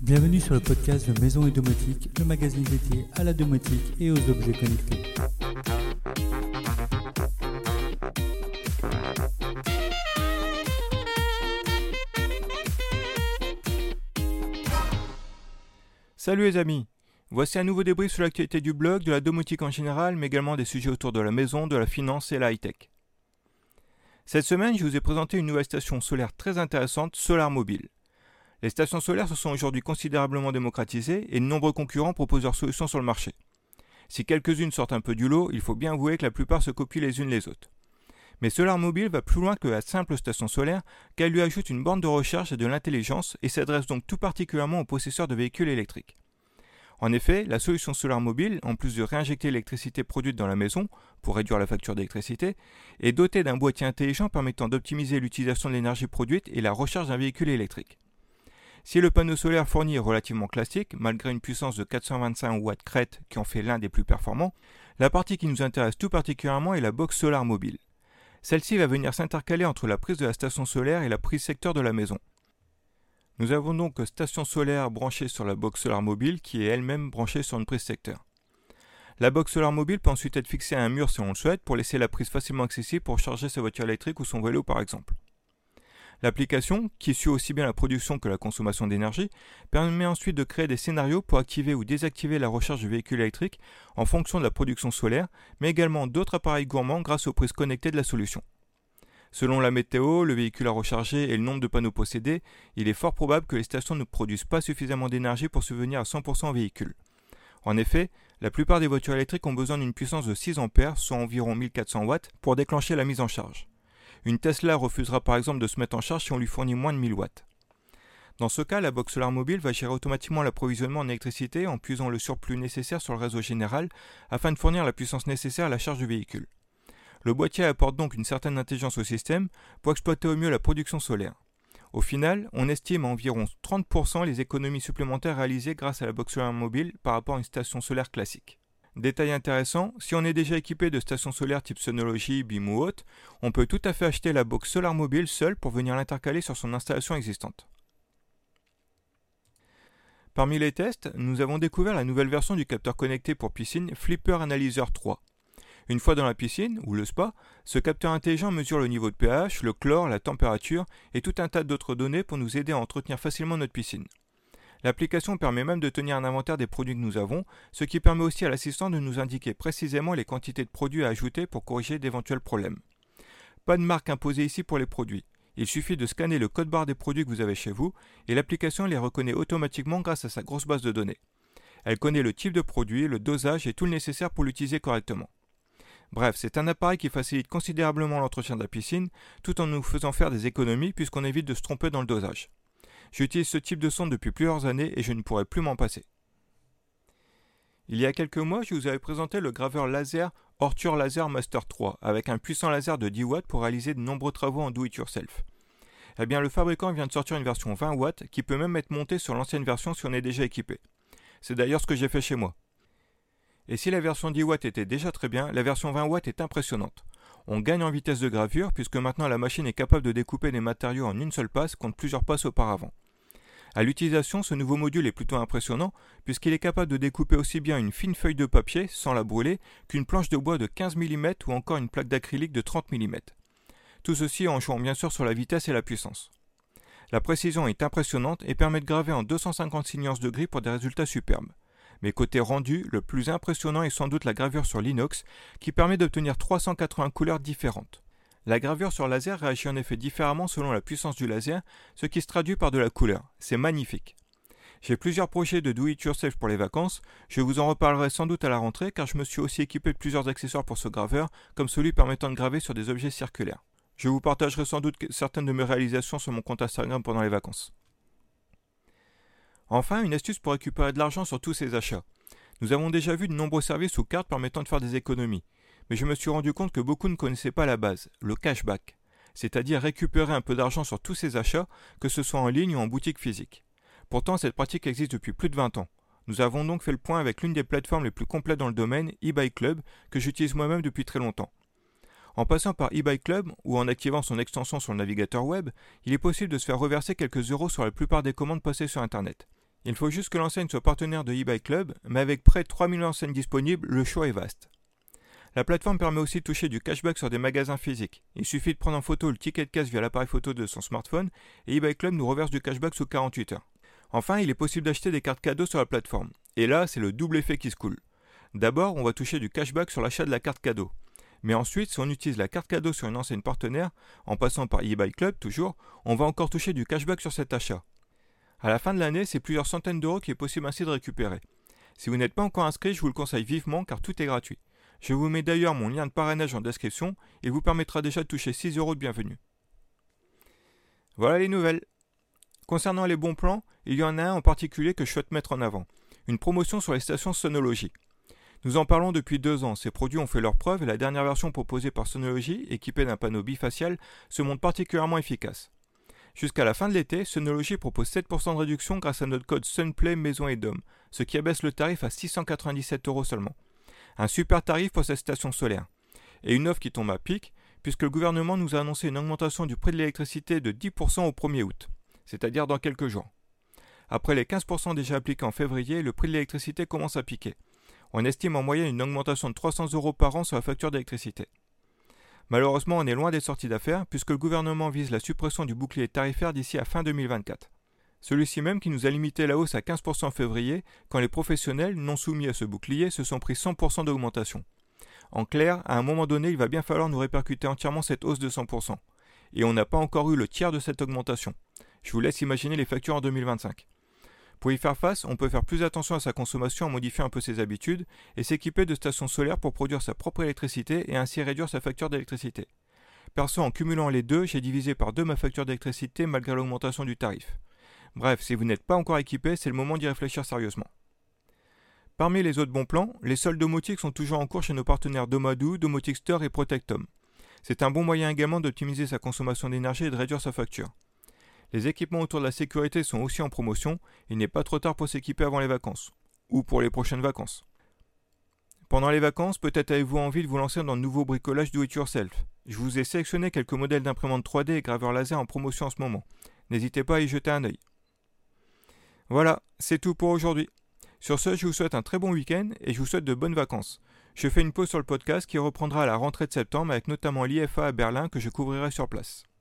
Bienvenue sur le podcast de Maison et Domotique, le magazine dédié à la domotique et aux objets connectés. Salut les amis, voici un nouveau débrief sur l'actualité du blog, de la domotique en général, mais également des sujets autour de la maison, de la finance et la high-tech. Cette semaine, je vous ai présenté une nouvelle station solaire très intéressante, SolarMobil. Les stations solaires se sont aujourd'hui considérablement démocratisées et de nombreux concurrents proposent leurs solutions sur le marché. Si quelques-unes sortent un peu du lot, il faut bien avouer que la plupart se copient les unes les autres. Mais SolarMobil va plus loin que la simple station solaire, car elle lui ajoute une borne de recharge et de l'intelligence et s'adresse donc tout particulièrement aux possesseurs de véhicules électriques. En effet, la solution SolarMobil, en plus de réinjecter l'électricité produite dans la maison pour réduire la facture d'électricité, est dotée d'un boîtier intelligent permettant d'optimiser l'utilisation de l'énergie produite et la recharge d'un véhicule électrique. Si le panneau solaire fourni est relativement classique, malgré une puissance de 425 watts crête qui en fait l'un des plus performants, la partie qui nous intéresse tout particulièrement est la box SolarMobil. Celle-ci va venir s'intercaler entre la prise de la station solaire et la prise secteur de la maison. Nous avons donc station solaire branchée sur la box SolarMobil qui est elle-même branchée sur une prise secteur. La box SolarMobil peut ensuite être fixée à un mur si on le souhaite pour laisser la prise facilement accessible pour charger sa voiture électrique ou son vélo par exemple. L'application, qui suit aussi bien la production que la consommation d'énergie, permet ensuite de créer des scénarios pour activer ou désactiver la recharge du véhicule électrique en fonction de la production solaire, mais également d'autres appareils gourmands grâce aux prises connectées de la solution. Selon la météo, le véhicule à recharger et le nombre de panneaux possédés, il est fort probable que les stations ne produisent pas suffisamment d'énergie pour subvenir à 100% au véhicule. En effet, la plupart des voitures électriques ont besoin d'une puissance de 6 A, soit environ 1400 watts, pour déclencher la mise en charge. Une Tesla refusera par exemple de se mettre en charge si on lui fournit moins de 1000 watts. Dans ce cas, la box SolarMobil va gérer automatiquement l'approvisionnement en électricité en puisant le surplus nécessaire sur le réseau général afin de fournir la puissance nécessaire à la charge du véhicule. Le boîtier apporte donc une certaine intelligence au système pour exploiter au mieux la production solaire. Au final, on estime à environ 30% les économies supplémentaires réalisées grâce à la box SolarMobil par rapport à une station solaire classique. Détail intéressant, si on est déjà équipé de stations solaires type Synology, Beam ou autre, on peut tout à fait acheter la box SolarMobil seule pour venir l'intercaler sur son installation existante. Parmi les tests, nous avons découvert la nouvelle version du capteur connecté pour piscine Flipper Analyzer 3. Une fois dans la piscine, ou le spa, ce capteur intelligent mesure le niveau de pH, le chlore, la température et tout un tas d'autres données pour nous aider à entretenir facilement notre piscine. L'application permet même de tenir un inventaire des produits que nous avons, ce qui permet aussi à l'assistant de nous indiquer précisément les quantités de produits à ajouter pour corriger d'éventuels problèmes. Pas de marque imposée ici pour les produits. Il suffit de scanner le code barre des produits que vous avez chez vous et l'application les reconnaît automatiquement grâce à sa grosse base de données. Elle connaît le type de produit, le dosage et tout le nécessaire pour l'utiliser correctement. Bref, c'est un appareil qui facilite considérablement l'entretien de la piscine tout en nous faisant faire des économies puisqu'on évite de se tromper dans le dosage. J'utilise ce type de sonde depuis plusieurs années et je ne pourrais plus m'en passer. Il y a quelques mois, je vous avais présenté le graveur laser Ortur Laser Master 3 avec un puissant laser de 10 watts pour réaliser de nombreux travaux en do-it-yourself. Eh bien, le fabricant vient de sortir une version 20 watts qui peut même être montée sur l'ancienne version si on est déjà équipé. C'est d'ailleurs ce que j'ai fait chez moi. Et si la version 10 watts était déjà très bien, la version 20 watts est impressionnante. On gagne en vitesse de gravure puisque maintenant la machine est capable de découper des matériaux en une seule passe contre plusieurs passes auparavant. À l'utilisation, ce nouveau module est plutôt impressionnant puisqu'il est capable de découper aussi bien une fine feuille de papier sans la brûler qu'une planche de bois de 15 mm ou encore une plaque d'acrylique de 30 mm. Tout ceci en jouant bien sûr sur la vitesse et la puissance. La précision est impressionnante et permet de graver en 256 nuances de gris pour des résultats superbes. Mais côté rendu, le plus impressionnant est sans doute la gravure sur l'inox qui permet d'obtenir 380 couleurs différentes. La gravure sur laser réagit en effet différemment selon la puissance du laser, ce qui se traduit par de la couleur. C'est magnifique. J'ai plusieurs projets de do-it-yourself pour les vacances, je vous en reparlerai sans doute à la rentrée car je me suis aussi équipé de plusieurs accessoires pour ce graveur, comme celui permettant de graver sur des objets circulaires. Je vous partagerai sans doute certaines de mes réalisations sur mon compte Instagram pendant les vacances. Enfin, une astuce pour récupérer de l'argent sur tous ces achats. Nous avons déjà vu de nombreux services ou cartes permettant de faire des économies, mais je me suis rendu compte que beaucoup ne connaissaient pas la base, le cashback, c'est-à-dire récupérer un peu d'argent sur tous ces achats, que ce soit en ligne ou en boutique physique. Pourtant, cette pratique existe depuis plus de 20 ans. Nous avons donc fait le point avec l'une des plateformes les plus complètes dans le domaine, eBay Club, que j'utilise moi-même depuis très longtemps. En passant par eBay Club ou en activant son extension sur le navigateur web, il est possible de se faire reverser quelques euros sur la plupart des commandes passées sur Internet. Il faut juste que l'enseigne soit partenaire de eBay Club, mais avec près de 3000 enseignes disponibles, le choix est vaste. La plateforme permet aussi de toucher du cashback sur des magasins physiques. Il suffit de prendre en photo le ticket de caisse via l'appareil photo de son smartphone et eBay Club nous reverse du cashback sous 48 heures. Enfin, il est possible d'acheter des cartes cadeaux sur la plateforme. Et là, c'est le double effet qui se coule. D'abord, on va toucher du cashback sur l'achat de la carte cadeau. Mais ensuite, si on utilise la carte cadeau sur une enseigne partenaire, en passant par eBay Club toujours, on va encore toucher du cashback sur cet achat. À la fin de l'année, c'est plusieurs centaines d'euros qu'il est possible ainsi de récupérer. Si vous n'êtes pas encore inscrit, je vous le conseille vivement car tout est gratuit. Je vous mets d'ailleurs mon lien de parrainage en description, il vous permettra déjà de toucher 6 euros de bienvenue. Voilà les nouvelles. Concernant les bons plans, il y en a un en particulier que je souhaite mettre en avant. Une promotion sur les stations Sonology. Nous en parlons depuis 2 ans, ces produits ont fait leurs preuves et la dernière version proposée par Sonology, équipée d'un panneau bifacial, se montre particulièrement efficace. Jusqu'à la fin de l'été, Sonology propose 7% de réduction grâce à notre code SUNPLAY Maison et Dôme, ce qui abaisse le tarif à 697 euros seulement. Un super tarif pour cette station solaire. Et une offre qui tombe à pic, puisque le gouvernement nous a annoncé une augmentation du prix de l'électricité de 10% au 1er août, c'est-à-dire dans quelques jours. Après les 15% déjà appliqués en février, le prix de l'électricité commence à piquer. On estime en moyenne une augmentation de 300 euros par an sur la facture d'électricité. Malheureusement, on est loin des sorties d'affaires, puisque le gouvernement vise la suppression du bouclier tarifaire d'ici à fin 2024. Celui-ci même qui nous a limité la hausse à 15% en février, quand les professionnels, non soumis à ce bouclier, se sont pris 100% d'augmentation. En clair, à un moment donné, il va bien falloir nous répercuter entièrement cette hausse de 100%. Et on n'a pas encore eu le tiers de cette augmentation. Je vous laisse imaginer les factures en 2025. Pour y faire face, on peut faire plus attention à sa consommation en modifiant un peu ses habitudes et s'équiper de stations solaires pour produire sa propre électricité et ainsi réduire sa facture d'électricité. Perso, en cumulant les deux, j'ai divisé par 2 ma facture d'électricité malgré l'augmentation du tarif. Bref, si vous n'êtes pas encore équipé, c'est le moment d'y réfléchir sérieusement. Parmi les autres bons plans, les soldes domotiques sont toujours en cours chez nos partenaires Domadou, Domotic Store et Protectom. C'est un bon moyen également d'optimiser sa consommation d'énergie et de réduire sa facture. Les équipements autour de la sécurité sont aussi en promotion, il n'est pas trop tard pour s'équiper avant les vacances, ou pour les prochaines vacances. Pendant les vacances, peut-être avez-vous envie de vous lancer dans de nouveaux bricolages do-it-yourself. Je vous ai sélectionné quelques modèles d'imprimantes 3D et graveurs laser en promotion en ce moment. N'hésitez pas à y jeter un œil. Voilà, c'est tout pour aujourd'hui. Sur ce, je vous souhaite un très bon week-end et je vous souhaite de bonnes vacances. Je fais une pause sur le podcast qui reprendra à la rentrée de septembre avec notamment l'IFA à Berlin que je couvrirai sur place.